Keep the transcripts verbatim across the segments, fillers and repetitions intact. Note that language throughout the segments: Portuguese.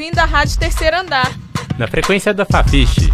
ouvindo a Rádio Terceiro Andar, na frequência da Fafiche.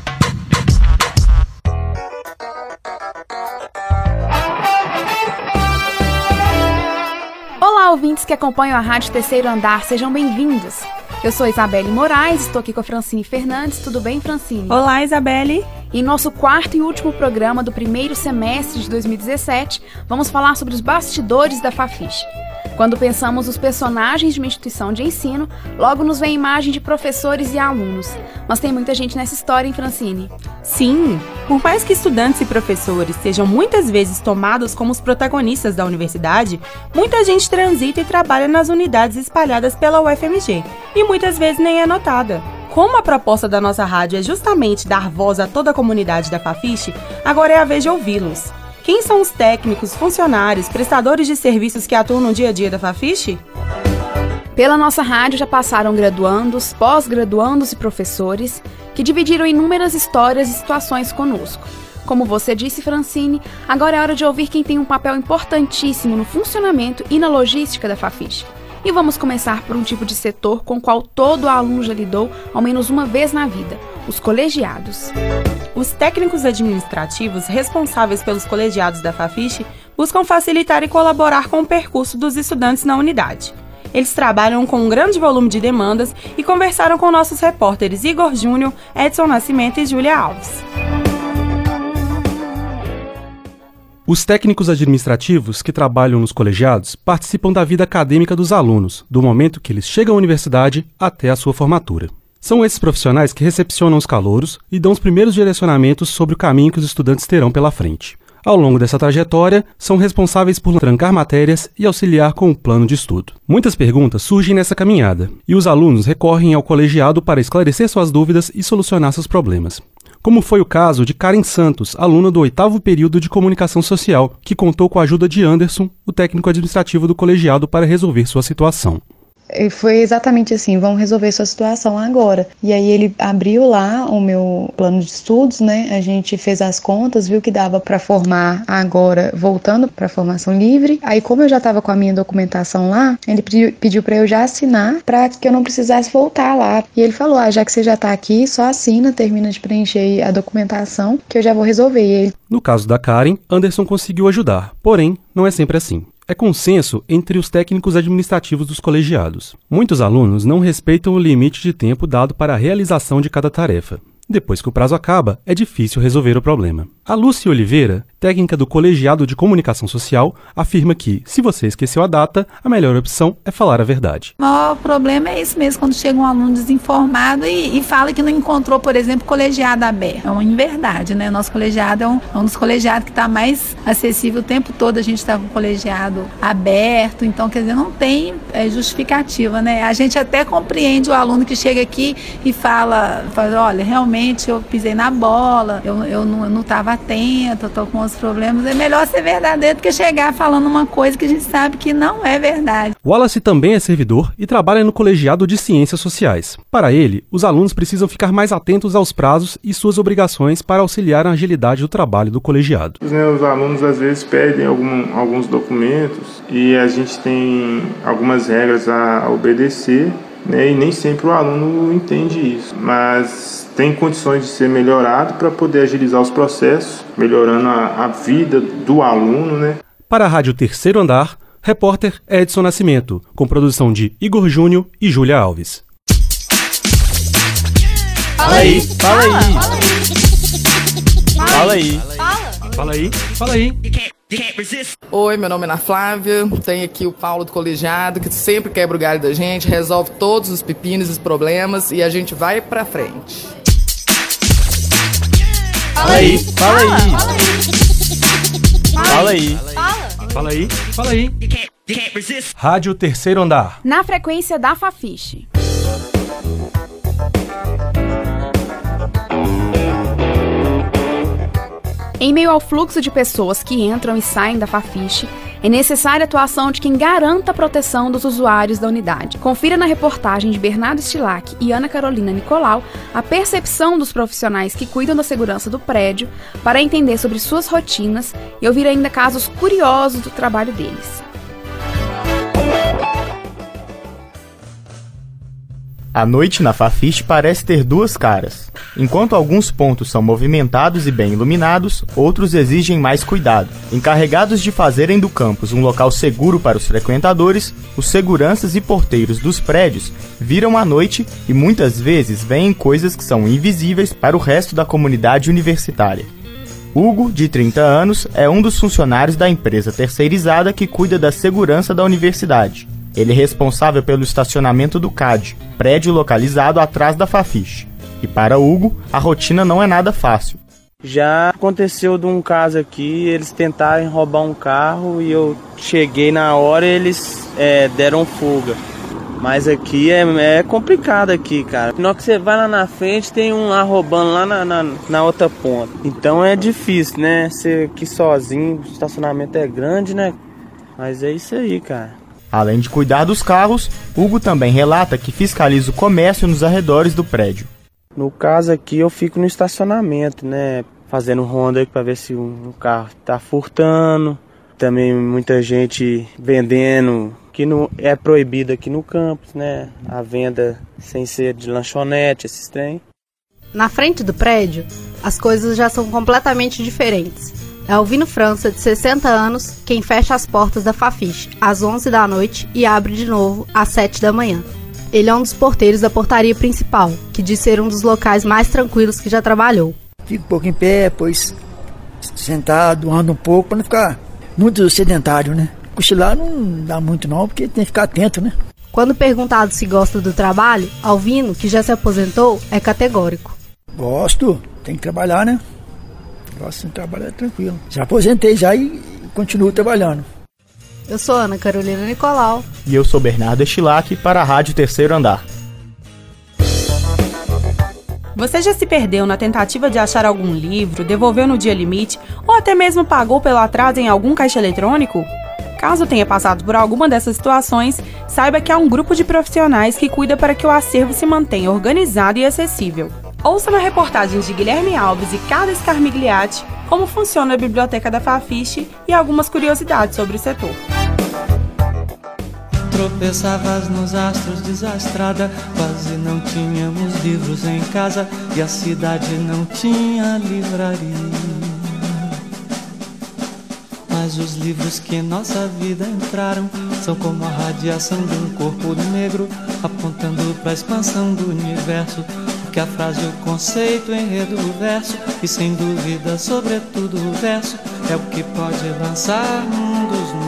Olá, ouvintes que acompanham a Rádio Terceiro Andar, sejam bem-vindos. Eu sou Isabelle Moraes, estou aqui com a Francine Fernandes. Tudo bem, Francine? Olá, Isabelle. Em nosso quarto e último programa do primeiro semestre de dois mil e dezessete, vamos falar sobre os bastidores da Fafiche. Quando pensamos nos personagens de uma instituição de ensino, logo nos vem a imagem de professores e alunos. Mas tem muita gente nessa história, hein, Francine? Sim, por mais que estudantes e professores sejam muitas vezes tomados como os protagonistas da universidade, muita gente transita e trabalha nas unidades espalhadas pela U F M G, e muitas vezes nem é notada. Como a proposta da nossa rádio é justamente dar voz a toda a comunidade da Fafiche, agora é a vez de ouvi-los. Quem são os técnicos, funcionários, prestadores de serviços que atuam no dia a dia da Fafiche? Pela nossa rádio já passaram graduandos, pós-graduandos e professores que dividiram inúmeras histórias e situações conosco. Como você disse, Francine, agora é hora de ouvir quem tem um papel importantíssimo no funcionamento e na logística da Fafiche. E vamos começar por um tipo de setor com o qual todo aluno já lidou ao menos uma vez na vida: os colegiados. Os técnicos administrativos responsáveis pelos colegiados da Fafiche buscam facilitar e colaborar com o percurso dos estudantes na unidade. Eles trabalham com um grande volume de demandas e conversaram com nossos repórteres Igor Júnior, Edson Nascimento e Júlia Alves. Os técnicos administrativos que trabalham nos colegiados participam da vida acadêmica dos alunos, do momento que eles chegam à universidade até a sua formatura. São esses profissionais que recepcionam os calouros e dão os primeiros direcionamentos sobre o caminho que os estudantes terão pela frente. Ao longo dessa trajetória, são responsáveis por trancar matérias e auxiliar com o plano de estudo. Muitas perguntas surgem nessa caminhada, e os alunos recorrem ao colegiado para esclarecer suas dúvidas e solucionar seus problemas. Como foi o caso de Karen Santos, aluna do oitavo período de Comunicação Social, que contou com a ajuda de Anderson, o técnico administrativo do colegiado, para resolver sua situação. Foi exatamente assim: vamos resolver sua situação agora. E aí ele abriu lá o meu plano de estudos, né? A gente fez as contas, viu que dava para formar agora, voltando para a formação livre. Aí, como eu já estava com a minha documentação lá, ele pediu para eu já assinar para que eu não precisasse voltar lá. E ele falou: ah, já que você já está aqui, só assina, termina de preencher a documentação que eu já vou resolver. E ele... No caso da Karen, Anderson conseguiu ajudar, porém, não é sempre assim. É consenso entre os técnicos administrativos dos colegiados. Muitos alunos não respeitam o limite de tempo dado para a realização de cada tarefa. Depois que o prazo acaba, é difícil resolver o problema. A Lúcia Oliveira, técnica do Colegiado de Comunicação Social, afirma que, se você esqueceu a data, a melhor opção é falar a verdade. O maior problema é isso mesmo, quando chega um aluno desinformado e, e fala que não encontrou, por exemplo, colegiado aberto. É uma inverdade, né? Nosso colegiado é um, é um dos colegiados que está mais acessível o tempo todo. A gente está com o colegiado aberto, então, quer dizer, não tem é, justificativa, né? A gente até compreende o aluno que chega aqui e fala, fala olha, realmente eu pisei na bola, eu, eu não estava atenta, estou com os problemas. É melhor ser verdadeiro do que chegar falando uma coisa que a gente sabe que não é verdade. Wallace também é servidor e trabalha no Colegiado de Ciências Sociais. Para ele, os alunos precisam ficar mais atentos aos prazos e suas obrigações para auxiliar a agilidade do trabalho do colegiado. Os alunos às vezes pedem algum, alguns documentos e a gente tem algumas regras a obedecer, né? E nem sempre o aluno entende isso, mas tem condições de ser melhorado para poder agilizar os processos, melhorando a, a vida do aluno, né? Para a Rádio Terceiro Andar, repórter Edson Nascimento, com produção de Igor Júnior e Júlia Alves. Fala aí, fala aí. Fala aí. Fala aí, fala aí. Oi, meu nome é Ana Flávia, tem aqui o Paulo do Colegiado, que sempre quebra o galho da gente, resolve todos os pepinos e os problemas e a gente vai pra frente. Fala aí, fala aí. Fala aí. Fala aí, fala aí. Rádio Terceiro Andar. Na frequência da Fafiche. Em meio ao fluxo de pessoas que entram e saem da Fafiche, é necessária a atuação de quem garanta a proteção dos usuários da unidade. Confira na reportagem de Bernardo Stilac e Ana Carolina Nicolau a percepção dos profissionais que cuidam da segurança do prédio para entender sobre suas rotinas e ouvir ainda casos curiosos do trabalho deles. A noite na Fafiche parece ter duas caras. Enquanto alguns pontos são movimentados e bem iluminados, outros exigem mais cuidado. Encarregados de fazerem do campus um local seguro para os frequentadores, os seguranças e porteiros dos prédios viram à noite e muitas vezes veem coisas que são invisíveis para o resto da comunidade universitária. Hugo, de trinta anos, é um dos funcionários da empresa terceirizada que cuida da segurança da universidade. Ele é responsável pelo estacionamento do C A D, prédio localizado atrás da Fafiche. E para Hugo, a rotina não é nada fácil. Já aconteceu de um caso aqui, eles tentaram roubar um carro e eu cheguei na hora e eles é, deram fuga. Mas aqui é, é complicado aqui, cara. Na hora que você vai lá na frente, tem um lá roubando lá na, na, na outra ponta. Então é difícil, né? Você aqui sozinho, o estacionamento é grande, né? Mas é isso aí, cara. Além de cuidar dos carros, Hugo também relata que fiscaliza o comércio nos arredores do prédio. No caso aqui, eu fico no estacionamento, né? Fazendo ronda para ver se um carro tá furtando. Também muita gente vendendo, que não é proibido aqui no campus, né? A venda sem ser de lanchonete, esses trem. Na frente do prédio, as coisas já são completamente diferentes. É Alvino França, de sessenta anos, quem fecha as portas da Fafiche às onze da noite e abre de novo às sete da manhã. Ele é um dos porteiros da portaria principal, que diz ser um dos locais mais tranquilos que já trabalhou. Fico um pouco em pé, depois sentado, ando um pouco, para não ficar muito sedentário, né? Cochilar não dá muito não, porque tem que ficar atento, né? Quando perguntado se gosta do trabalho, Alvino, que já se aposentou, é categórico. Gosto, tem que trabalhar, né? Gosto de trabalhar tranquilo. Já aposentei já e continuo trabalhando. Eu sou Ana Carolina Nicolau. E eu sou Bernardo Estilac para a Rádio Terceiro Andar. Você já se perdeu na tentativa de achar algum livro, devolveu no dia limite ou até mesmo pagou pelo atraso em algum caixa eletrônico? Caso tenha passado por alguma dessas situações, saiba que há um grupo de profissionais que cuida para que o acervo se mantenha organizado e acessível. Ouça na reportagem de Guilherme Alves e Carlos Carmigliati como funciona a biblioteca da Fafiche e algumas curiosidades sobre o setor. Tropeçavas nos astros desastrada, quase não tínhamos livros em casa e a cidade não tinha livraria. Mas os livros que em nossa vida entraram são como a radiação de um corpo negro apontando para a expansão do universo. Que a frase, o conceito, o enredo, o verso e sem dúvida, sobretudo o verso é o que pode lançar mundos no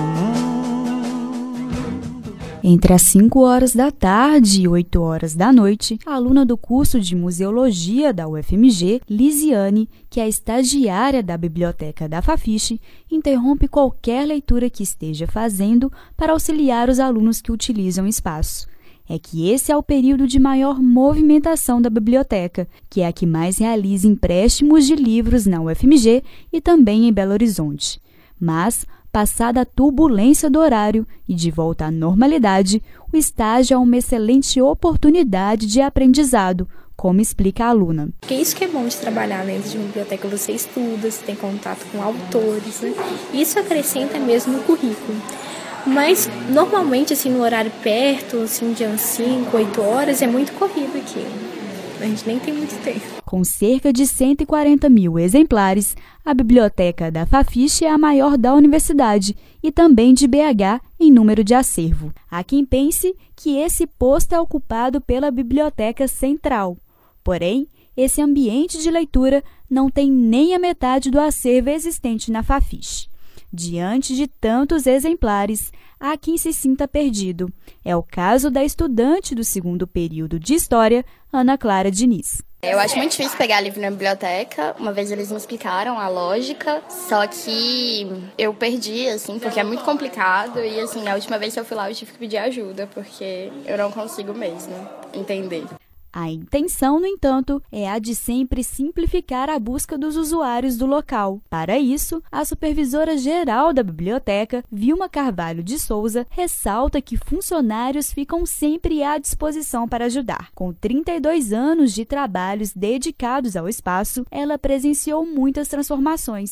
mundo. Entre as cinco horas da tarde e oito horas da noite, a aluna do curso de Museologia da U F M G, Lisiane, que é estagiária da biblioteca da Fafiche, interrompe qualquer leitura que esteja fazendo para auxiliar os alunos que utilizam o espaço. É que esse é o período de maior movimentação da biblioteca, que é a que mais realiza empréstimos de livros na U F M G e também em Belo Horizonte. Mas, passada a turbulência do horário e de volta à normalidade, o estágio é uma excelente oportunidade de aprendizado, como explica a aluna. Porque isso que é bom de trabalhar dentro de uma biblioteca, você estuda, você tem contato com autores, né? Isso acrescenta mesmo no currículo. Mas, normalmente, assim, no horário perto, assim, de umas cinco, oito horas, é muito corrido aqui. A gente nem tem muito tempo. Com cerca de cento e quarenta mil exemplares, a biblioteca da Fafiche é a maior da universidade e também de B H em número de acervo. Há quem pense que esse posto é ocupado pela Biblioteca Central. Porém, esse ambiente de leitura não tem nem a metade do acervo existente na Fafiche. Diante de tantos exemplares, há quem se sinta perdido. É o caso da estudante do segundo período de História, Ana Clara Diniz. Eu acho muito difícil pegar livro na biblioteca. Uma vez eles me explicaram a lógica, só que eu perdi, assim, porque é muito complicado. E, assim, a última vez que eu fui lá, eu tive que pedir ajuda, porque eu não consigo mesmo entender. A intenção, no entanto, é a de sempre simplificar a busca dos usuários do local. Para isso, a supervisora-geral da biblioteca, Vilma Carvalho de Souza, ressalta que funcionários ficam sempre à disposição para ajudar. Com trinta e dois anos de trabalhos dedicados ao espaço, ela presenciou muitas transformações.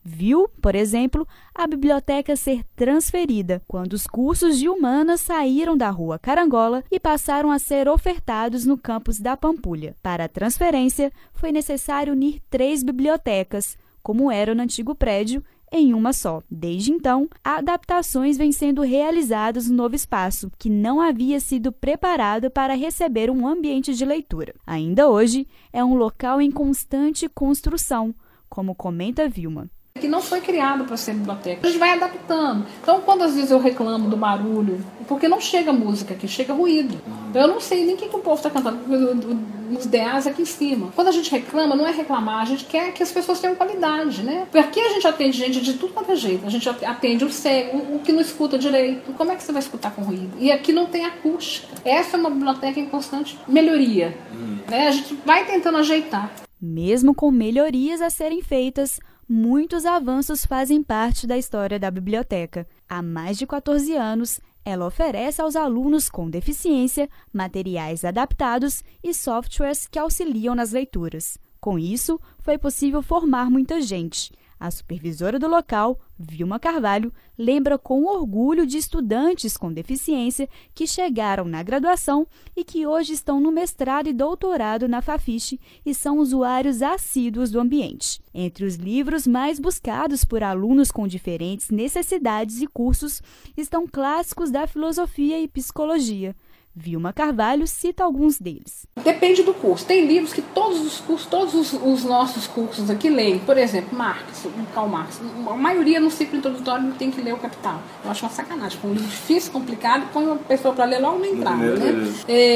Viu, por exemplo, a biblioteca ser transferida quando os cursos de humanas saíram da Rua Carangola e passaram a ser ofertados no campus da Pampulha. Para a transferência, foi necessário unir três bibliotecas, como era no antigo prédio, em uma só. Desde então, adaptações vêm sendo realizadas no novo espaço, que não havia sido preparado para receber um ambiente de leitura. Ainda hoje, é um local em constante construção, como comenta Vilma. Que não foi criado para ser biblioteca. A gente vai adaptando. Então, quando às vezes eu reclamo do barulho, porque não chega música aqui, chega ruído. Eu não sei nem o que, que o povo está cantando, os D As aqui em cima. Quando a gente reclama, não é reclamar, a gente quer que as pessoas tenham qualidade, né? Porque aqui a gente atende gente de tudo quanto é jeito. A gente atende o cego, o que não escuta direito. Como é que você vai escutar com ruído? E aqui não tem acústica. Essa é uma biblioteca em constante melhoria. Hum. Né? A gente vai tentando ajeitar. Mesmo com melhorias a serem feitas, muitos avanços fazem parte da história da biblioteca. Há mais de quatorze anos, ela oferece aos alunos com deficiência materiais adaptados e softwares que auxiliam nas leituras. Com isso, foi possível formar muita gente. A supervisora do local, Vilma Carvalho, lembra com orgulho de estudantes com deficiência que chegaram na graduação e que hoje estão no mestrado e doutorado na Fafiche e são usuários assíduos do ambiente. Entre os livros mais buscados por alunos com diferentes necessidades e cursos estão clássicos da filosofia e psicologia. Vilma Carvalho cita alguns deles. Depende do curso. Tem livros que todos os cursos, todos os, os nossos cursos aqui leem. Por exemplo, Marx, Karl Marx. A maioria no ciclo introdutório tem que ler o Capital. Eu acho uma sacanagem. Com um livro difícil, complicado, põe uma pessoa para ler logo na entrada. Né?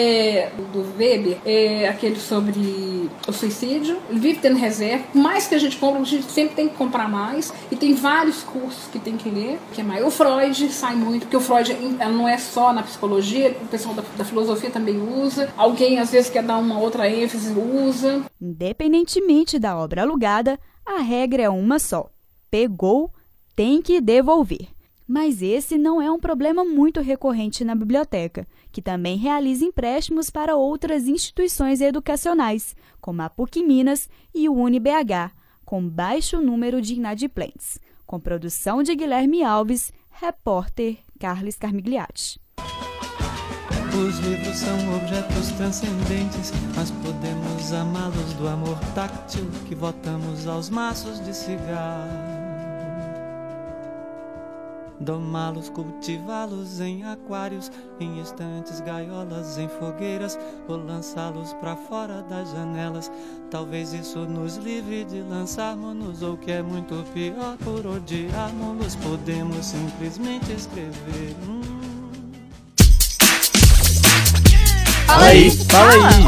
É, do Weber, é aquele sobre o suicídio. Ele vive tendo reserva. Mais que a gente compra, a gente sempre tem que comprar mais. E tem vários cursos que tem que ler. Que é mais. O Freud sai muito, porque o Freud não é só na psicologia, o pessoal da da filosofia também usa, alguém às vezes quer dar uma outra ênfase, usa. Independentemente da obra alugada, a regra é uma só: pegou, tem que devolver. Mas esse não é um problema muito recorrente na biblioteca, que também realiza empréstimos para outras instituições educacionais, como a PUC Minas e o UniB H, com baixo número de inadimplentes. Com produção de Guilherme Alves, repórter Carlos Carmigliati. Os livros são objetos transcendentes, mas podemos amá-los do amor táctil que botamos aos maços de cigarro. Domá-los, cultivá-los em aquários, em estantes, gaiolas, em fogueiras, ou lançá-los pra fora das janelas. Talvez isso nos livre de lançarmos-nos, ou que é muito pior, por odiarmos-los, podemos simplesmente escrever. Hum. Fala aí, fala aí.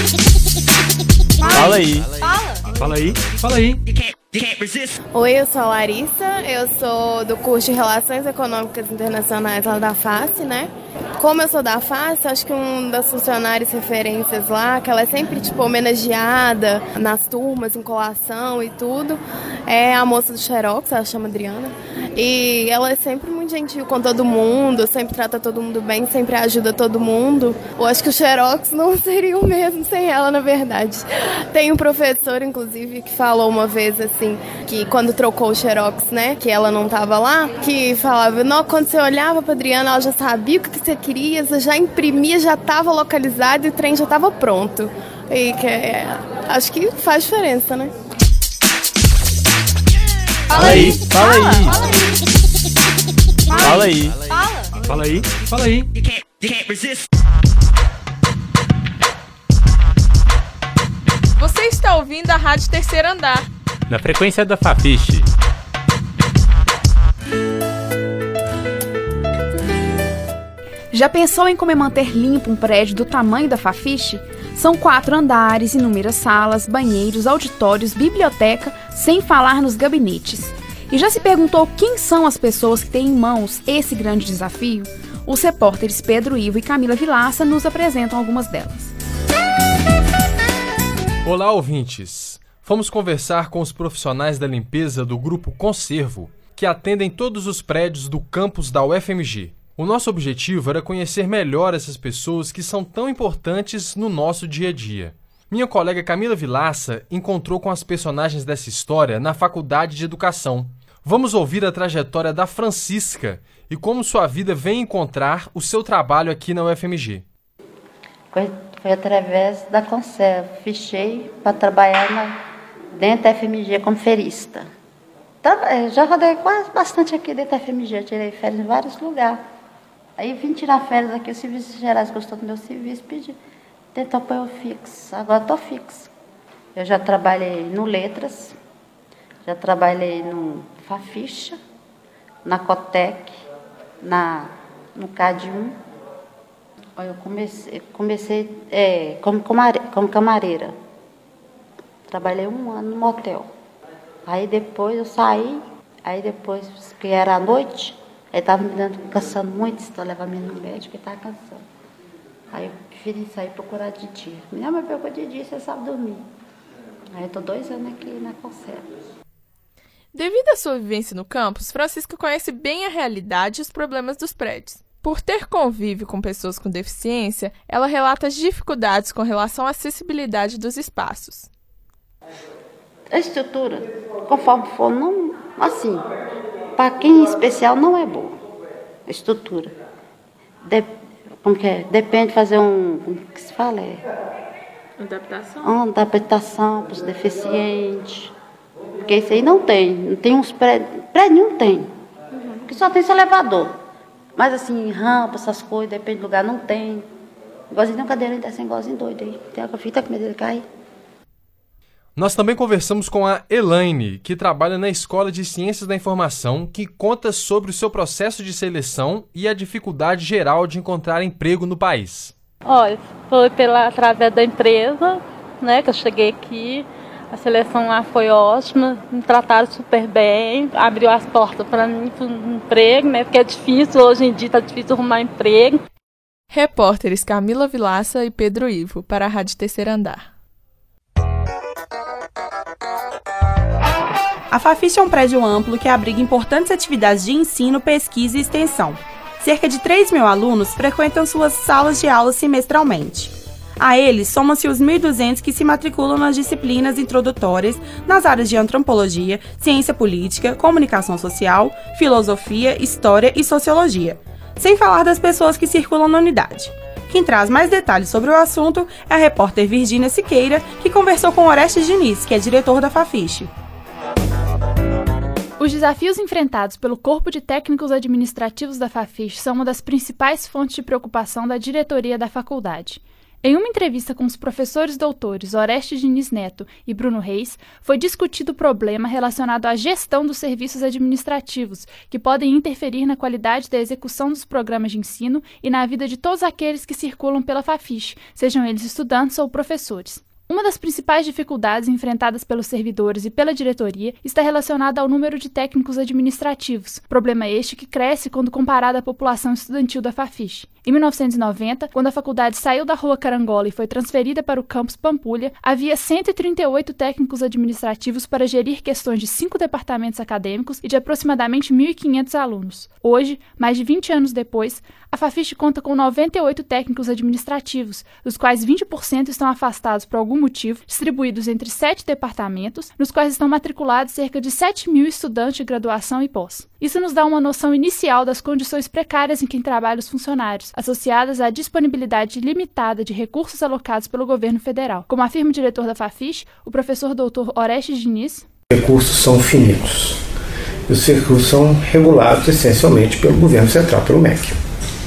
Fala aí. Fala aí, fala aí. Oi, eu sou a Larissa, eu sou do curso de Relações Econômicas Internacionais lá da FACE, né? Como eu sou da FACE, acho que um das funcionárias referências lá, que ela é sempre, tipo, homenageada nas turmas, em colação e tudo, é a moça do Xerox, ela chama Adriana. E ela é sempre muito gentil com todo mundo, sempre trata todo mundo bem, sempre ajuda todo mundo. Eu acho que o Xerox não seria o mesmo sem ela, na verdade. Tem um professor, inclusive, que falou uma vez, assim, que quando trocou o Xerox, né, que ela não tava lá, que falava, não, quando você olhava pra Adriana, ela já sabia o que você queria, você já imprimia, já tava localizado e o trem já tava pronto. E que é, acho que faz diferença, né? Fala aí, fala aí. Fala aí. Fala aí, fala aí. Você está ouvindo a Rádio Terceiro Andar. Na frequência da Fafiche. Já pensou em como é manter limpo um prédio do tamanho da Fafiche? São quatro andares, inúmeras salas, banheiros, auditórios, biblioteca, sem falar nos gabinetes. E já se perguntou quem são as pessoas que têm em mãos esse grande desafio? Os repórteres Pedro Ivo e Camila Vilaça nos apresentam algumas delas. Olá, ouvintes! Fomos conversar com os profissionais da limpeza do Grupo Conservo, que atendem todos os prédios do campus da U F M G. O nosso objetivo era conhecer melhor essas pessoas que são tão importantes no nosso dia a dia. Minha colega Camila Vilaça encontrou com as personagens dessa história na Faculdade de Educação. Vamos ouvir a trajetória da Francisca e como sua vida vem encontrar o seu trabalho aqui na U F M G. Foi, foi através da Conserva. Fichei para trabalhar na, dentro da F M G como ferista. Tra, já rodei quase bastante aqui dentro da F M G, tirei férias em vários lugares. Aí vim tirar férias aqui, o Serviço Gerais gostou do meu serviço, pedi, tentou pôr eu fixo. Agora estou fixo. Eu já trabalhei no Letras, já trabalhei no Faficha, na Cotec, na, no C A D um. Eu comecei, comecei é, como, como camareira. Trabalhei um ano no motel. Aí depois eu saí, aí depois, que era à noite, aí estava me dando, cansando muito, se eu levar a menina no médico, ele estava cansando. Aí eu preferi sair procurar de dia. Minha mãe pegou de dia, você sabe dormir. Aí eu estou dois anos aqui na Conserva. Devido à sua vivência no campus, Francisca conhece bem a realidade e os problemas dos prédios. Por ter convívio com pessoas com deficiência, ela relata as dificuldades com relação à acessibilidade dos espaços. A estrutura, conforme for, não, assim, para quem é especial não é boa. A estrutura. De, como que é? Depende de fazer um, como que se fala? É, adaptação? Uma adaptação para os deficientes. Porque isso aí não tem. Não tem uns prédios. Prédio não tem. Uhum. Porque só tem esse elevador. Mas assim, rampa, essas coisas, depende do lugar, não tem. Igualzinho tem um cadeirante desse, igualzinho doido aí. Tem água fita com medo dele cair. Nós também conversamos com a Elaine, que trabalha na Escola de Ciências da Informação, que conta sobre o seu processo de seleção e a dificuldade geral de encontrar emprego no país. Olha, foi pela, através da empresa, né, que eu cheguei aqui. A seleção lá foi ótima, me trataram super bem, abriu as portas para mim para um emprego, né? Porque é difícil, hoje em dia está difícil arrumar emprego. Repórteres Camila Vilaça e Pedro Ivo, para a Rádio Terceiro Andar. A Fafiche é um prédio amplo que abriga importantes atividades de ensino, pesquisa e extensão. Cerca de três mil alunos frequentam suas salas de aula semestralmente. A eles somam-se os mil e duzentos que se matriculam nas disciplinas introdutórias nas áreas de antropologia, ciência política, comunicação social, filosofia, história e sociologia, sem falar das pessoas que circulam na unidade. Quem traz mais detalhes sobre o assunto é a repórter Virgínia Siqueira, que conversou com Orestes Diniz, que é diretor da Fafiche. Os desafios enfrentados pelo Corpo de Técnicos Administrativos da Fafiche são uma das principais fontes de preocupação da diretoria da faculdade. Em uma entrevista com os professores doutores Orestes Diniz Neto e Bruno Reis, foi discutido o problema relacionado à gestão dos serviços administrativos, que podem interferir na qualidade da execução dos programas de ensino e na vida de todos aqueles que circulam pela Fafiche, sejam eles estudantes ou professores. Uma das principais dificuldades enfrentadas pelos servidores e pela diretoria está relacionada ao número de técnicos administrativos, problema este que cresce quando comparado à população estudantil da Fafiche. Em mil novecentos e noventa, quando a faculdade saiu da Rua Carangola e foi transferida para o campus Pampulha, havia cento e trinta e oito técnicos administrativos para gerir questões de cinco departamentos acadêmicos e de aproximadamente mil e quinhentos alunos. Hoje, mais de vinte anos depois, a Fafiche conta com noventa e oito técnicos administrativos, dos quais vinte por cento estão afastados por algum motivo, distribuídos entre sete departamentos, nos quais estão matriculados cerca de sete mil estudantes de graduação e pós. Isso nos dá uma noção inicial das condições precárias em que trabalham os funcionários, associadas à disponibilidade limitada de recursos alocados pelo governo federal. Como afirma o diretor da Fafiche, o professor doutor Orestes Diniz, os recursos são finitos. E os recursos são regulados essencialmente pelo governo central, pelo M E C.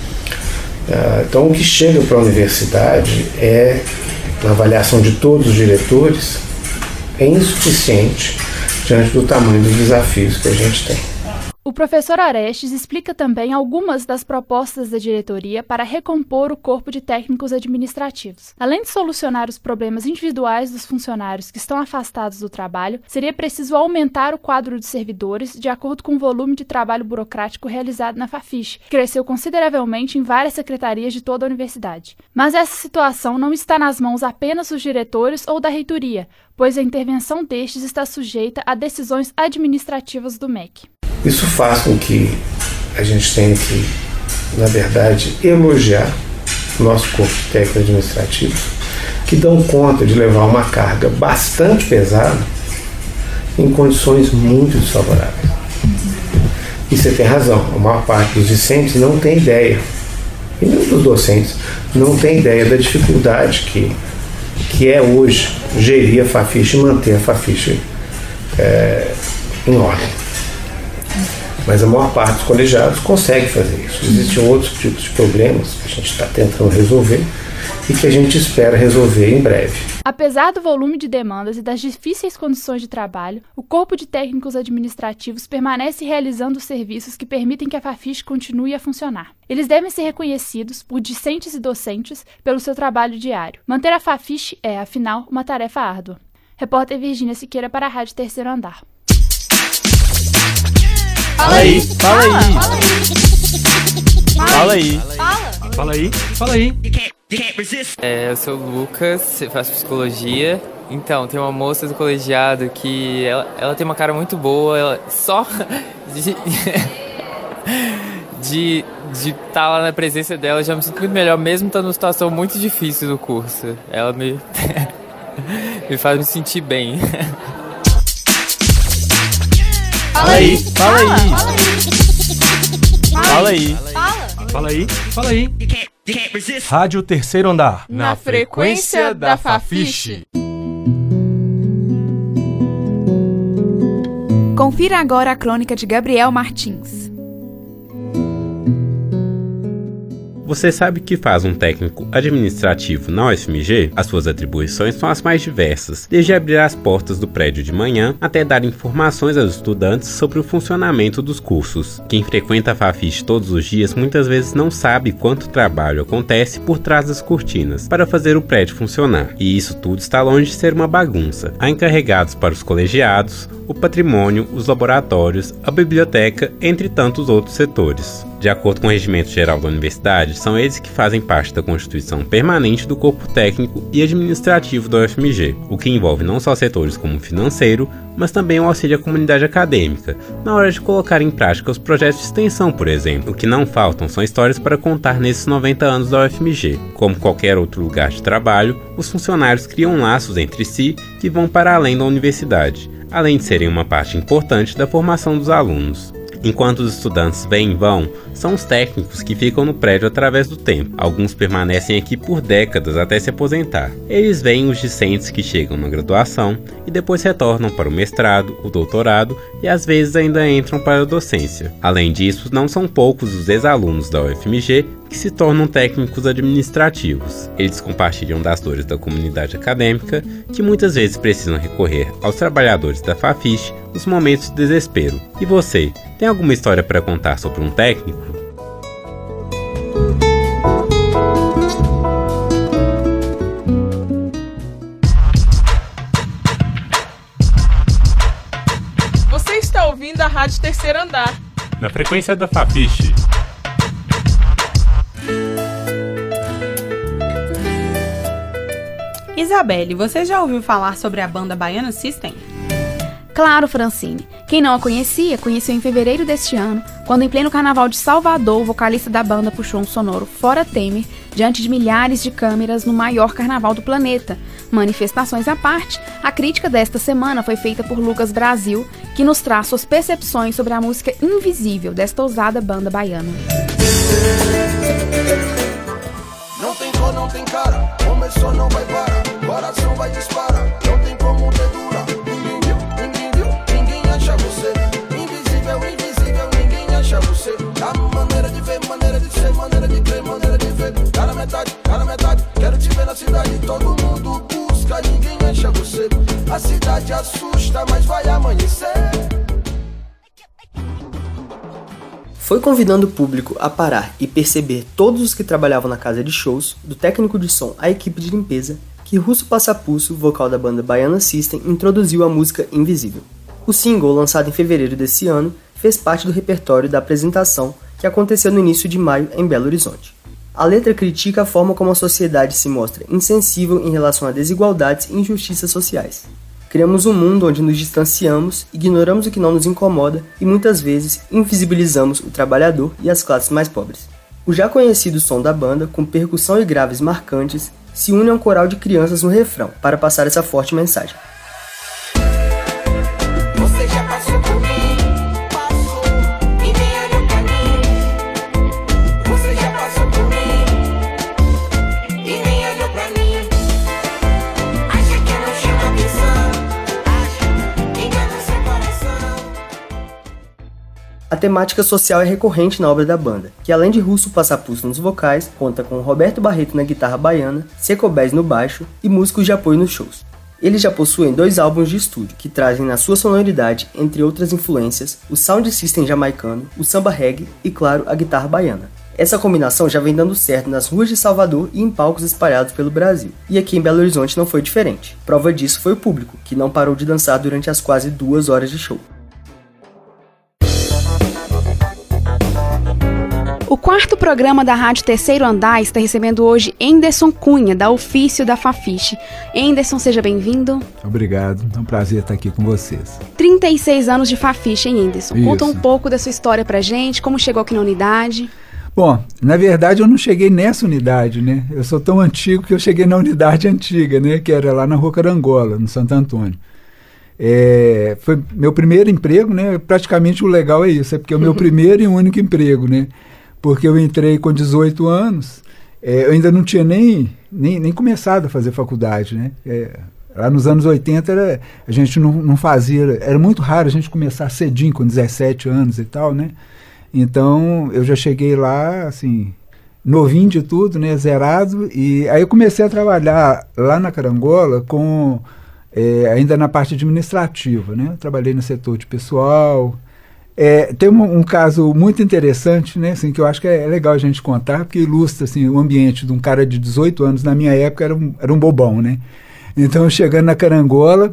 Então, o que chega para a universidade é, na avaliação de todos os diretores, é insuficiente diante do tamanho dos desafios que a gente tem. O professor Orestes explica também algumas das propostas da diretoria para recompor o corpo de técnicos administrativos. Além de solucionar os problemas individuais dos funcionários que estão afastados do trabalho, seria preciso aumentar o quadro de servidores de acordo com o volume de trabalho burocrático realizado na Fafiche, que cresceu consideravelmente em várias secretarias de toda a universidade. Mas essa situação não está nas mãos apenas dos diretores ou da reitoria, pois a intervenção destes está sujeita a decisões administrativas do M E C. Isso faz com que a gente tenha que, na verdade, elogiar o nosso corpo técnico administrativo, que dão conta de levar uma carga bastante pesada em condições muito desfavoráveis. E você tem razão, a maior parte dos discentes não tem ideia, e mesmo dos docentes, não tem ideia da dificuldade que, que é hoje gerir a Fafiche e manter a Fafiche é, em ordem. Mas a maior parte dos colegiados consegue fazer isso. Existem outros tipos de problemas que a gente está tentando resolver e que a gente espera resolver em breve. Apesar do volume de demandas e das difíceis condições de trabalho, o Corpo de Técnicos Administrativos permanece realizando os serviços que permitem que a Fafiche continue a funcionar. Eles devem ser reconhecidos por discentes e docentes pelo seu trabalho diário. Manter a Fafiche é, afinal, uma tarefa árdua. Repórter Virgínia Siqueira para a Rádio Terceiro Andar. Fala aí, fala aí. Fala aí. Fala aí, fala aí. É, eu sou o Lucas, eu faço psicologia. Então, tem uma moça do colegiado que ela, ela tem uma cara muito boa, ela só de de de estar lá na presença dela já me sinto muito melhor, mesmo estando numa situação muito difícil do curso. Ela me me faz me sentir bem. Fala aí, fala aí. Fala aí. Fala aí, fala aí. Rádio Terceiro Andar. Na frequência da Fafiche. Confira agora a crônica de Gabriel Martins. Você sabe o que faz um técnico administrativo na U F M G? As suas atribuições são as mais diversas, desde abrir as portas do prédio de manhã até dar informações aos estudantes sobre o funcionamento dos cursos. Quem frequenta a Fafiche todos os dias muitas vezes não sabe quanto trabalho acontece por trás das cortinas para fazer o prédio funcionar. E isso tudo está longe de ser uma bagunça. Há encarregados para os colegiados, o patrimônio, os laboratórios, a biblioteca, entre tantos outros setores. De acordo com o Regimento Geral da Universidade, são eles que fazem parte da constituição permanente do corpo técnico e administrativo da U F M G, o que envolve não só setores como o financeiro, mas também o auxílio à comunidade acadêmica, na hora de colocar em prática os projetos de extensão, por exemplo. O que não faltam são histórias para contar nesses noventa anos da U F M G. Como qualquer outro lugar de trabalho, os funcionários criam laços entre si que vão para além da universidade, além de serem uma parte importante da formação dos alunos. Enquanto os estudantes vêm e vão, são os técnicos que ficam no prédio através do tempo. Alguns permanecem aqui por décadas até se aposentar. Eles veem os discentes que chegam na graduação e depois retornam para o mestrado, o doutorado e às vezes ainda entram para a docência. Além disso, não são poucos os ex-alunos da U F M G que se tornam técnicos administrativos. Eles compartilham das dores da comunidade acadêmica, que muitas vezes precisam recorrer aos trabalhadores da Fafiche nos momentos de desespero. E você, tem alguma história para contar sobre um técnico? Você está ouvindo a Rádio Terceiro Andar. Na frequência da Fafiche. Isabelle, você já ouviu falar sobre a banda Baiana System? Claro, Francine. Quem não a conhecia, conheceu em fevereiro deste ano, quando em pleno carnaval de Salvador, o vocalista da banda puxou um sonoro fora Temer, diante de milhares de câmeras no maior carnaval do planeta. Manifestações à parte, a crítica desta semana foi feita por Lucas Brasil, que nos traz suas percepções sobre a música Invisível desta ousada banda baiana. Não tem cor, não tem cara, começou, não vai parar, coração vai disparar, não tem como dedurar. Ninguém viu, ninguém viu, ninguém acha você. Invisível, invisível, ninguém acha você. Tá maneira de ver, maneira de ser, maneira de crer, maneira de ver. Tá na metade, tá na metade, quero te ver na cidade. Todo mundo busca, ninguém acha você. A cidade assusta, mas vai amanhecer. Foi convidando o público a parar e perceber todos os que trabalhavam na casa de shows, do técnico de som à equipe de limpeza, que Russo Passapusso, vocal da banda Baiana System, introduziu a música Invisível. O single, lançado em fevereiro desse ano, fez parte do repertório da apresentação que aconteceu no início de maio em Belo Horizonte. A letra critica a forma como a sociedade se mostra insensível em relação a desigualdades e injustiças sociais. Criamos um mundo onde nos distanciamos, ignoramos o que não nos incomoda e muitas vezes invisibilizamos o trabalhador e as classes mais pobres. O já conhecido som da banda, com percussão e graves marcantes, se une a um coral de crianças no refrão para passar essa forte mensagem. Você já passou por mim, passou, e nem olhou pra mim. Você já passou por mim, e nem olhou pra mim. Acha que eu não chamo atenção, acha, engana seu coração. A temática social é recorrente na obra da banda, que além de Russo Passapulso nos vocais, conta com Roberto Barreto na guitarra baiana, Seco Bez no baixo e músicos de apoio nos shows. Eles já possuem dois álbuns de estúdio, que trazem na sua sonoridade, entre outras influências, o sound system jamaicano, o samba reggae e, claro, a guitarra baiana. Essa combinação já vem dando certo nas ruas de Salvador e em palcos espalhados pelo Brasil. E aqui em Belo Horizonte não foi diferente. Prova disso foi o público, que não parou de dançar durante as quase duas horas de show. O quarto programa da Rádio Terceiro Andar está recebendo hoje Enderson Cunha, da Ofício da Fafiche. Enderson, seja bem-vindo. Obrigado, é um prazer estar aqui com vocês. trinta e seis anos de Fafiche, hein, Enderson? Isso. Conta um pouco da sua história pra gente, como chegou aqui na unidade. Bom, na verdade eu não cheguei nessa unidade, né? Eu sou tão antigo que eu cheguei na unidade antiga, né? Que era lá na Rua Carangola, no Santo Antônio. É, foi meu primeiro emprego, né? Praticamente o legal é isso, é porque é o meu primeiro e único emprego, né? Porque eu entrei com dezoito anos, é, eu ainda não tinha nem, nem, nem começado a fazer faculdade, né? É, lá nos anos oitenta era, a gente não, não fazia, era muito raro a gente começar cedinho, com dezessete anos e tal, né? Então eu já cheguei lá, assim, novinho de tudo, né? Zerado, e aí eu comecei a trabalhar lá na Carangola com, é, ainda na parte administrativa, né? Eu trabalhei no setor de pessoal. É, tem um, um caso muito interessante, né, assim, que eu acho que é, é legal a gente contar, porque ilustra assim, o ambiente de um cara de dezoito anos, na minha época era um, era um bobão, né? Então, chegando na Carangola,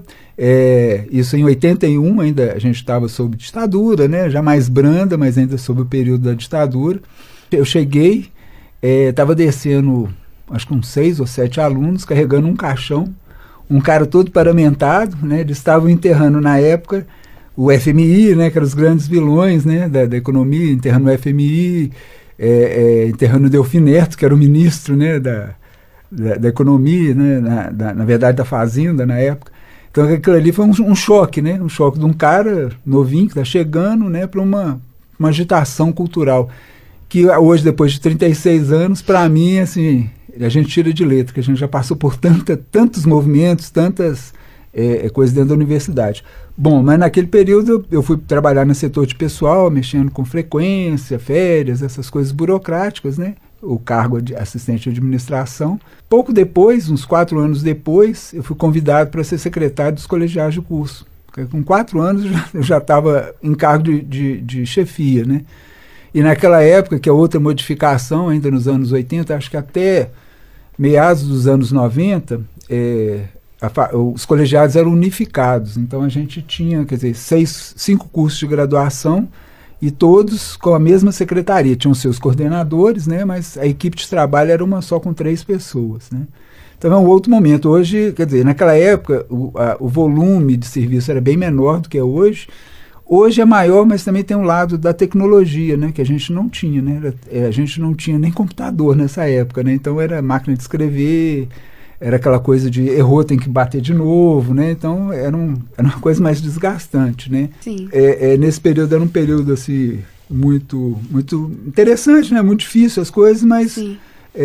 é, isso em oitenta e um, ainda a gente estava sob ditadura, né, já mais branda, mas ainda sob o período da ditadura. Eu cheguei, estava é, descendo, acho que uns seis ou sete alunos, carregando um caixão, um cara todo paramentado, né, eles estavam enterrando na época o F M I, né, que eram os grandes vilões, né, da, da economia, enterrando o F M I, é, é, enterrando o Delfim Neto, que era o ministro, né, da, da, da economia, né, na, da, na verdade da fazenda na época. Então aquilo ali foi um, um choque, né, um choque de um cara novinho que está chegando, né, para uma, uma agitação cultural, que hoje, depois de trinta e seis anos, para mim, assim, a gente tira de letra, que a gente já passou por tanta, tantos movimentos, tantas é, coisas dentro da universidade. Bom, mas naquele período eu fui trabalhar no setor de pessoal, mexendo com frequência, férias, essas coisas burocráticas, né? O cargo de assistente de administração. Pouco depois, uns quatro anos depois, eu fui convidado para ser secretário dos colegiais de curso. Porque com quatro anos eu já estava em cargo de, de, de chefia, né? E naquela época, que é outra modificação, ainda nos anos oitenta, acho que até meados dos anos noventa, é, A, os colegiados eram unificados, então a gente tinha, quer dizer, seis, cinco cursos de graduação e todos com a mesma secretaria, tinham seus coordenadores, né, mas a equipe de trabalho era uma só com três pessoas, né. Então é um outro momento. Hoje, quer dizer, naquela época o, a, o volume de serviço era bem menor do que é hoje. Hoje é maior, mas também tem um lado da tecnologia, né, que a gente não tinha, né, a gente não tinha nem computador nessa época, né, então era máquina de escrever, era aquela coisa de errou, tem que bater de novo, né? Então era, um, era uma coisa mais desgastante, né? Sim. É, é, nesse período era um período assim muito, muito interessante, né? Muito difícil as coisas, mas é,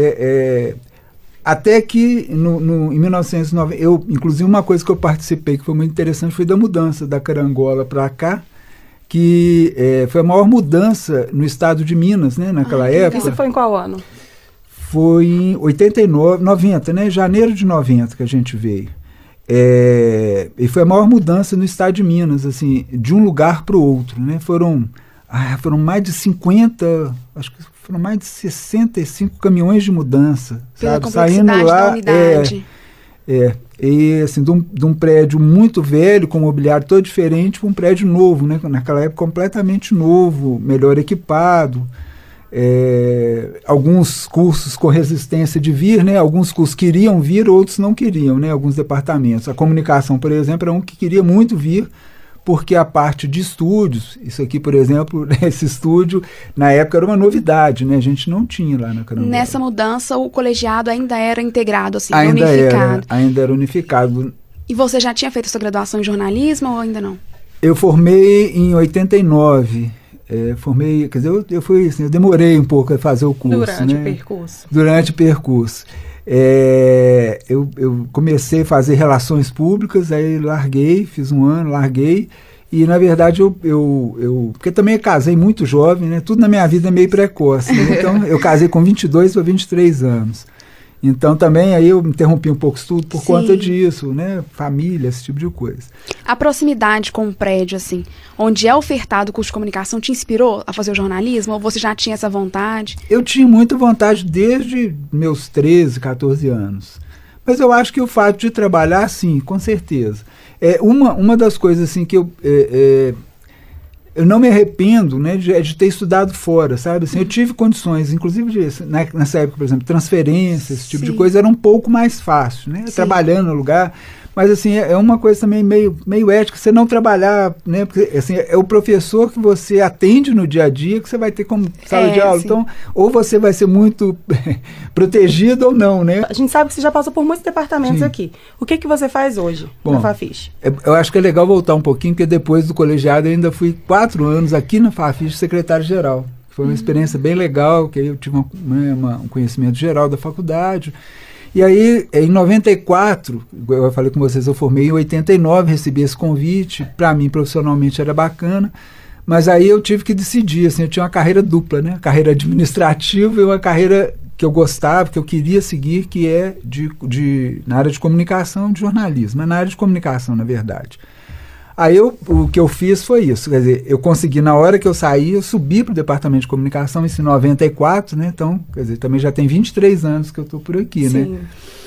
é, até que no, no, em mil novecentos e noventa, eu, inclusive uma coisa que eu participei que foi muito interessante foi da mudança da Carangola para cá, que é, foi a maior mudança no estado de Minas, né? Naquela ah, época. Isso foi em qual ano? Foi em oitenta e nove, noventa, né? Janeiro de noventa que a gente veio. É, e foi a maior mudança no estado de Minas, assim, de um lugar para o outro, né? Foram, ah, foram mais de cinquenta, acho que foram mais de sessenta e cinco caminhões de mudança, pela sabe? Complexidade Saindo lá, da unidade. É, é, e assim, de um, de um prédio muito velho, com mobiliário todo diferente, para um prédio novo, né? Naquela época completamente novo, melhor equipado. É, alguns cursos com resistência de vir, né? Alguns cursos queriam vir, outros não queriam, né? Alguns departamentos. A comunicação, por exemplo, era um que queria muito vir, porque a parte de estúdios, isso aqui, por exemplo, esse estúdio, na época era uma novidade, né? A gente não tinha lá na Carangola. Nessa mudança, o colegiado ainda era integrado, assim, ainda unificado. Era, ainda era unificado. E você já tinha feito sua graduação em jornalismo ou ainda não? Eu formei em oitenta e nove. É, formei, quer dizer, eu, eu fui assim, eu demorei um pouco a fazer o curso. Durante né? o percurso. Durante o percurso. É, eu, eu comecei a fazer relações públicas, aí larguei, fiz um ano, larguei, e na verdade eu, eu, eu porque também eu casei muito jovem, né? Tudo na minha vida é meio precoce, né? Então eu casei com vinte e dois para vinte e três anos. Então também aí eu interrompi um pouco o estudo por Sim. conta disso, né? Família, esse tipo de coisa. A proximidade com o prédio, assim, onde é ofertado o curso de comunicação, te inspirou a fazer o jornalismo? Ou você já tinha essa vontade? Eu tinha muita vontade desde meus treze, quatorze anos. Mas eu acho que o fato de trabalhar, sim, com certeza. É uma, uma das coisas assim que eu... É, é, eu não me arrependo, né, de, de ter estudado fora, sabe? Assim, eu tive condições, inclusive de, né, nessa época, por exemplo, transferências, esse tipo Sim. de coisa, era um pouco mais fácil, né? Sim. Trabalhando no lugar. Mas, assim, é, é uma coisa também meio, meio ética, você não trabalhar, né? Porque, assim, é o professor que você atende no dia a dia que você vai ter como sala é, de aula. Sim. Então, ou você vai ser muito protegido ou não, né? A gente sabe que você já passou por muitos departamentos sim. aqui. O que, que você faz hoje Bom, na Fafiche? É, eu acho que é legal voltar um pouquinho, porque depois do colegiado eu ainda fui quatro anos aqui na Fafiche secretário-geral. Foi uma uhum. experiência bem legal, que aí eu tive uma, né, uma, um conhecimento geral da faculdade. E aí, em noventa e quatro, eu falei com vocês, eu formei em oitenta e nove, recebi esse convite, para mim profissionalmente era bacana, mas aí eu tive que decidir, assim, eu tinha uma carreira dupla, né? Carreira administrativa e uma carreira que eu gostava, que eu queria seguir, que é de, de, na área de comunicação, de jornalismo, é na área de comunicação, na verdade. Aí eu, o que eu fiz foi isso, quer dizer, eu consegui, na hora que eu saí, eu subi para o departamento de comunicação, isso em noventa e quatro, né? Então, quer dizer, também já tem vinte e três anos que eu estou por aqui, Sim. né?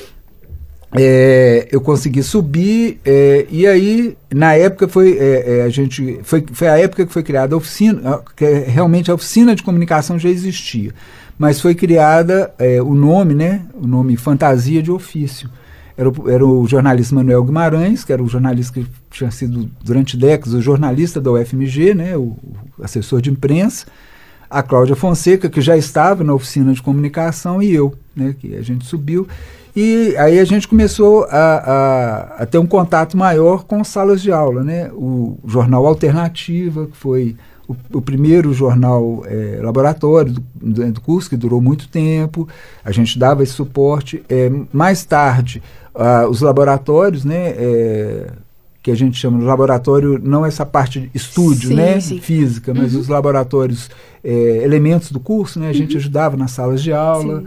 É, eu consegui subir, é, e aí, na época, foi, é, é, a gente, foi, foi a época que foi criada a oficina, que realmente a oficina de comunicação já existia, mas foi criada é, o nome, né? O nome Fantasia de Ofício. Era o, era o jornalista Manuel Guimarães, que era o jornalista que tinha sido, durante décadas, o jornalista da U F M G, né, o, o assessor de imprensa, a Cláudia Fonseca, que já estava na oficina de comunicação, e eu, né, que a gente subiu. E aí a gente começou a, a, a ter um contato maior com salas de aula, né? O jornal Alternativa, que foi o, o primeiro jornal é, laboratório do, do curso, que durou muito tempo, a gente dava esse suporte. É, mais tarde, Uh, os laboratórios, né, é, que a gente chama de laboratório, não essa parte de estúdio, sim, né, sim. física, mas uhum. os laboratórios, é, elementos do curso, né, a gente uhum. ajudava nas salas de aula.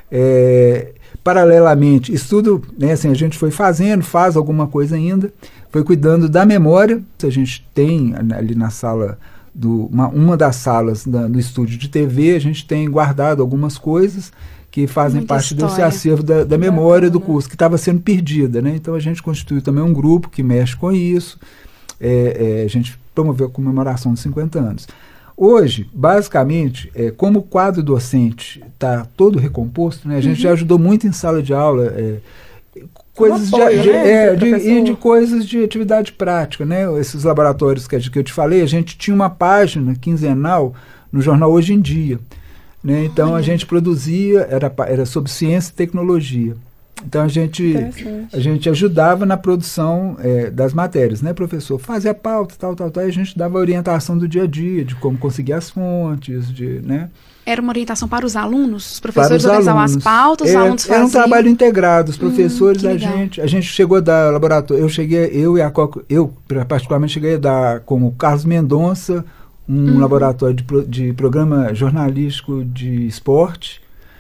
É, paralelamente, estudo, né, assim, a gente foi fazendo, faz alguma coisa ainda, foi cuidando da memória. A gente tem ali na sala, do, uma, uma das salas da, do estúdio de T V, a gente tem guardado algumas coisas que fazem Muita parte história. desse acervo da, da memória do curso, que estava sendo perdida, né? Então a gente constituiu também um grupo que mexe com isso, é, é, a gente promoveu a comemoração de cinquenta anos. Hoje, basicamente, é, como o quadro docente está todo recomposto, né, a gente uhum. já ajudou muito em sala de aula, é, coisas apoio, de, de, né, é, de, e de coisas de atividade prática, né? Esses laboratórios que, que eu te falei, a gente tinha uma página quinzenal no jornal Hoje em Dia. Né? Então a gente produzia, era, era sobre ciência e tecnologia. Então a gente, a gente ajudava na produção é, das matérias, né, professor? Fazia pauta, tal, tal, tal, e a gente dava orientação do dia a dia, de como conseguir as fontes, de, né? Era uma orientação para os alunos? Os professores organizavam as pautas, é, os alunos faziam? Era um trabalho integrado, os professores, hum, a gente, a gente chegou a dar laboratório, eu cheguei, eu e a Coco, eu particularmente cheguei a dar com o Carlos Mendonça, um uhum. laboratório de, pro, de programa jornalístico de esporte,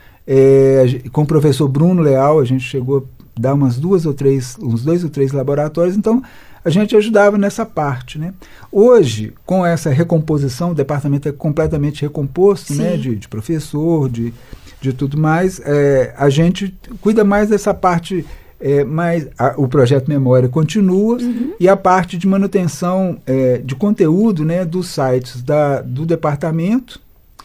é, com o professor Bruno Leal, a gente chegou a dar umas duas ou três, uns dois ou três laboratórios, então a gente ajudava nessa parte, né? Hoje, com essa recomposição, o departamento é completamente recomposto, né, de, de professor, de, de tudo mais, é, a gente cuida mais dessa parte. É, mas a, o projeto Memória continua uhum. e a parte de manutenção é, de conteúdo, né, dos sites da, do departamento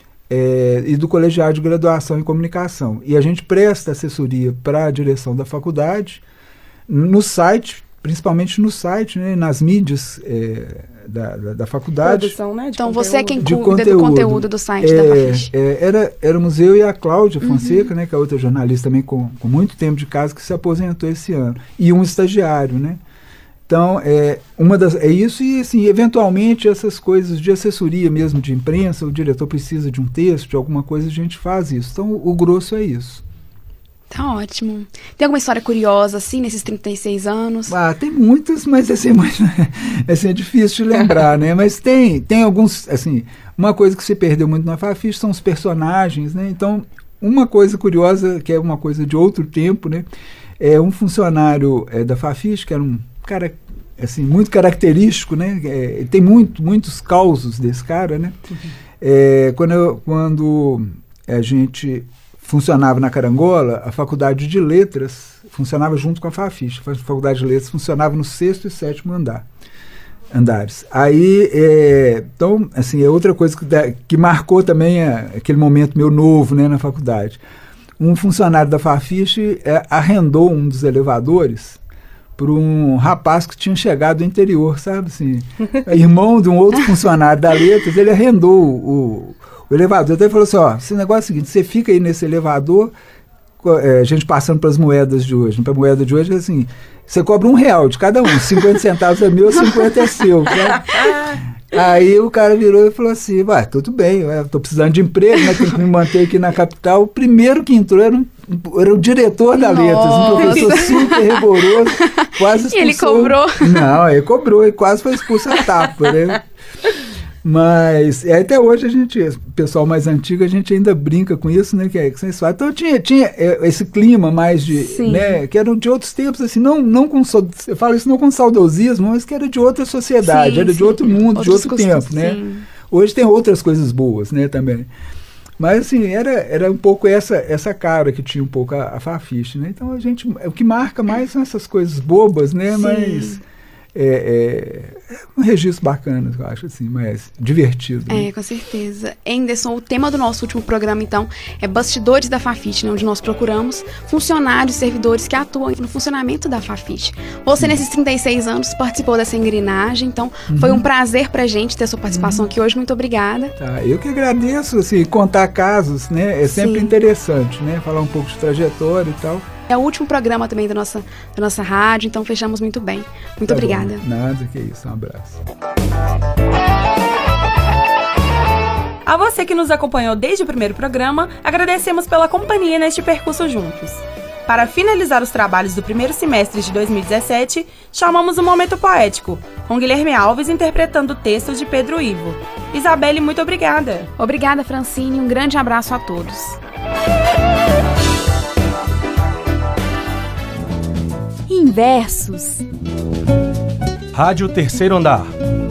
é, e do colegiado de graduação em comunicação. E a gente presta assessoria para a direção da faculdade no site principalmente no site, né, nas mídias é, da, da, da faculdade. Produção, né, de então conteúdo. Você é quem cuida conteúdo. do conteúdo do site é, da Fafiche. É, era, éramos eu e a Cláudia Fonseca, uhum. né, que é outra jornalista também com, com muito tempo de casa, que se aposentou esse ano. E um estagiário, né? Então, é, uma das, é isso e, assim, eventualmente, essas coisas de assessoria mesmo de imprensa, o diretor precisa de um texto, de alguma coisa, a gente faz isso. Então, o, o grosso é isso. Tá ótimo. Tem alguma história curiosa, assim, nesses trinta e seis anos? Ah, tem muitas, mas assim, muito, assim é difícil de lembrar, né? Mas tem, tem alguns, assim, uma coisa que se perdeu muito na Fafiche são os personagens, né? Então, uma coisa curiosa, que é uma coisa de outro tempo, né? É um funcionário é, da Fafiche, que era um cara, assim, muito característico, né? É, tem muito, muitos causos desse cara, né? Uhum. É, quando, eu, quando a gente funcionava na Carangola, a Faculdade de Letras funcionava junto com a Fafiche. A Faculdade de Letras funcionava no sexto e sétimo andar, andares. Aí, é, então, assim, é outra coisa que, que marcou também a, aquele momento meu novo, né, na faculdade. Um funcionário da Fafiche é, arrendou um dos elevadores para um rapaz que tinha chegado do interior, sabe, assim, irmão de um outro funcionário da Letras, ele arrendou o, o elevador. Então ele falou assim, ó, esse negócio é o seguinte, você fica aí nesse elevador, é, a gente passando para as moedas de hoje, para a moeda de hoje, assim, você cobra um real de cada um, cinquenta centavos é meu, cinquenta é seu, né? Aí o cara virou e falou assim, vai, tudo bem, eu tô precisando de emprego, né, tenho que me manter aqui na capital. O primeiro que entrou era, um, era o diretor da Letras, um professor super rigoroso, quase expulsou. E ele cobrou? Não, ele cobrou, ele quase foi expulso a tapa, né? Mas até hoje a gente, o pessoal mais antigo, a gente ainda brinca com isso, né? Que é, que vocês falam. Então tinha, tinha esse clima mais de, Sim. né? Que eram de outros tempos, assim, não, não com, eu falo isso não com saudosismo, mas que era de outra sociedade, sim, era sim. de outro mundo, Outros de outro tempo, sim. né? Hoje tem outras coisas boas, né? Também. Mas assim, era, era um pouco essa, essa cara que tinha um pouco a, a Fafiche, né? Então a gente, o que marca mais são essas coisas bobas, né? Sim. Mas É, é um registro bacana, eu acho, assim, mas divertido. Né? É, com certeza. Anderson, o tema do nosso último programa, então, é Bastidores da Fafiche, né, onde nós procuramos funcionários, servidores que atuam no funcionamento da Fafiche. Você, nesses trinta e seis anos, participou dessa engrenagem, então uhum. foi um prazer pra gente ter sua participação uhum. aqui hoje. Muito obrigada. Tá, eu que agradeço, assim, contar casos, né, é sempre Sim. interessante, né, falar um pouco de trajetória e tal. É o último programa também da nossa, da nossa rádio, então fechamos muito bem. Muito tá obrigada. Bom. Nada, que isso. Um abraço. A você que nos acompanhou desde o primeiro programa, agradecemos pela companhia neste percurso juntos. Para finalizar os trabalhos do primeiro semestre de dois mil e dezessete, chamamos um momento poético, com Guilherme Alves interpretando o texto de Pedro Ivo. Isabelle, muito obrigada. Obrigada, Francine. Um grande abraço a todos. Inversos. Rádio Terceiro Andar.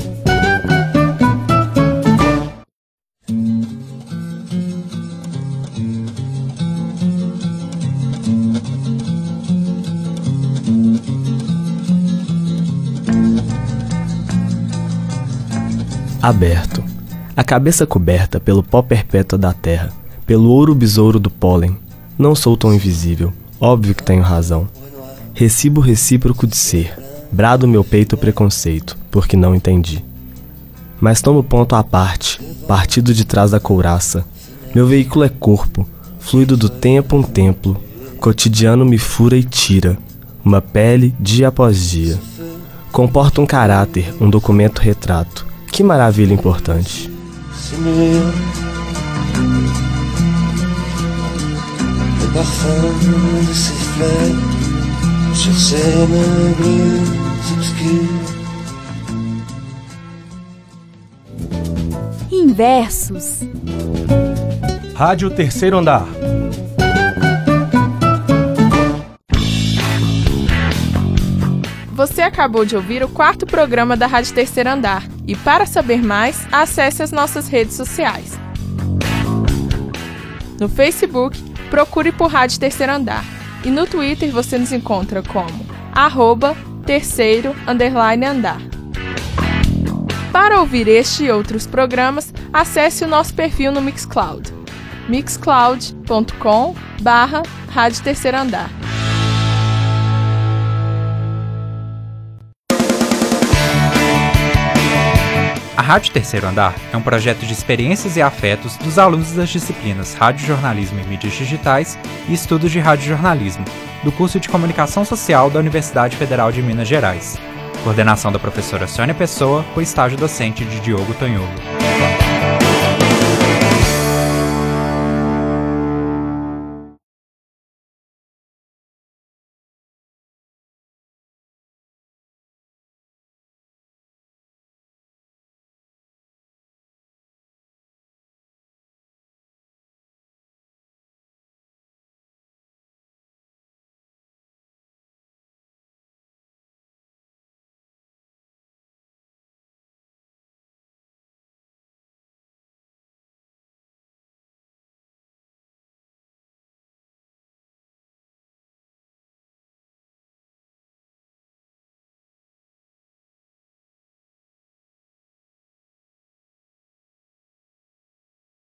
Aberto. A cabeça coberta pelo pó perpétuo da terra, pelo ouro besouro do pólen. Não sou tão invisível. Óbvio que tenho razão. Recibo recíproco de ser, brado meu peito o preconceito, porque não entendi. Mas tomo ponto à parte, partido de trás da couraça. Meu veículo é corpo, fluido do tempo um templo, cotidiano me fura e tira, uma pele dia após dia. Comporta um caráter, um documento retrato. Que maravilha importante. Inversos. Rádio Terceiro Andar. Você acabou de ouvir o quarto programa da Rádio Terceiro Andar. E para saber mais, acesse as nossas redes sociais. No Facebook, procure por Rádio Terceiro Andar. E no Twitter você nos encontra como arroba terceiro underline andar. Para ouvir este e outros programas, acesse o nosso perfil no Mixcloud. mixcloud ponto com ponto br barra Rádio Terceiro Andar. Rádio Terceiro Andar é um projeto de experiências e afetos dos alunos das disciplinas Rádio Jornalismo e Mídias Digitais e Estudos de Radiojornalismo, do curso de Comunicação Social da Universidade Federal de Minas Gerais. Coordenação da professora Sônia Pessoa, com estágio docente de Diogo Tonholo.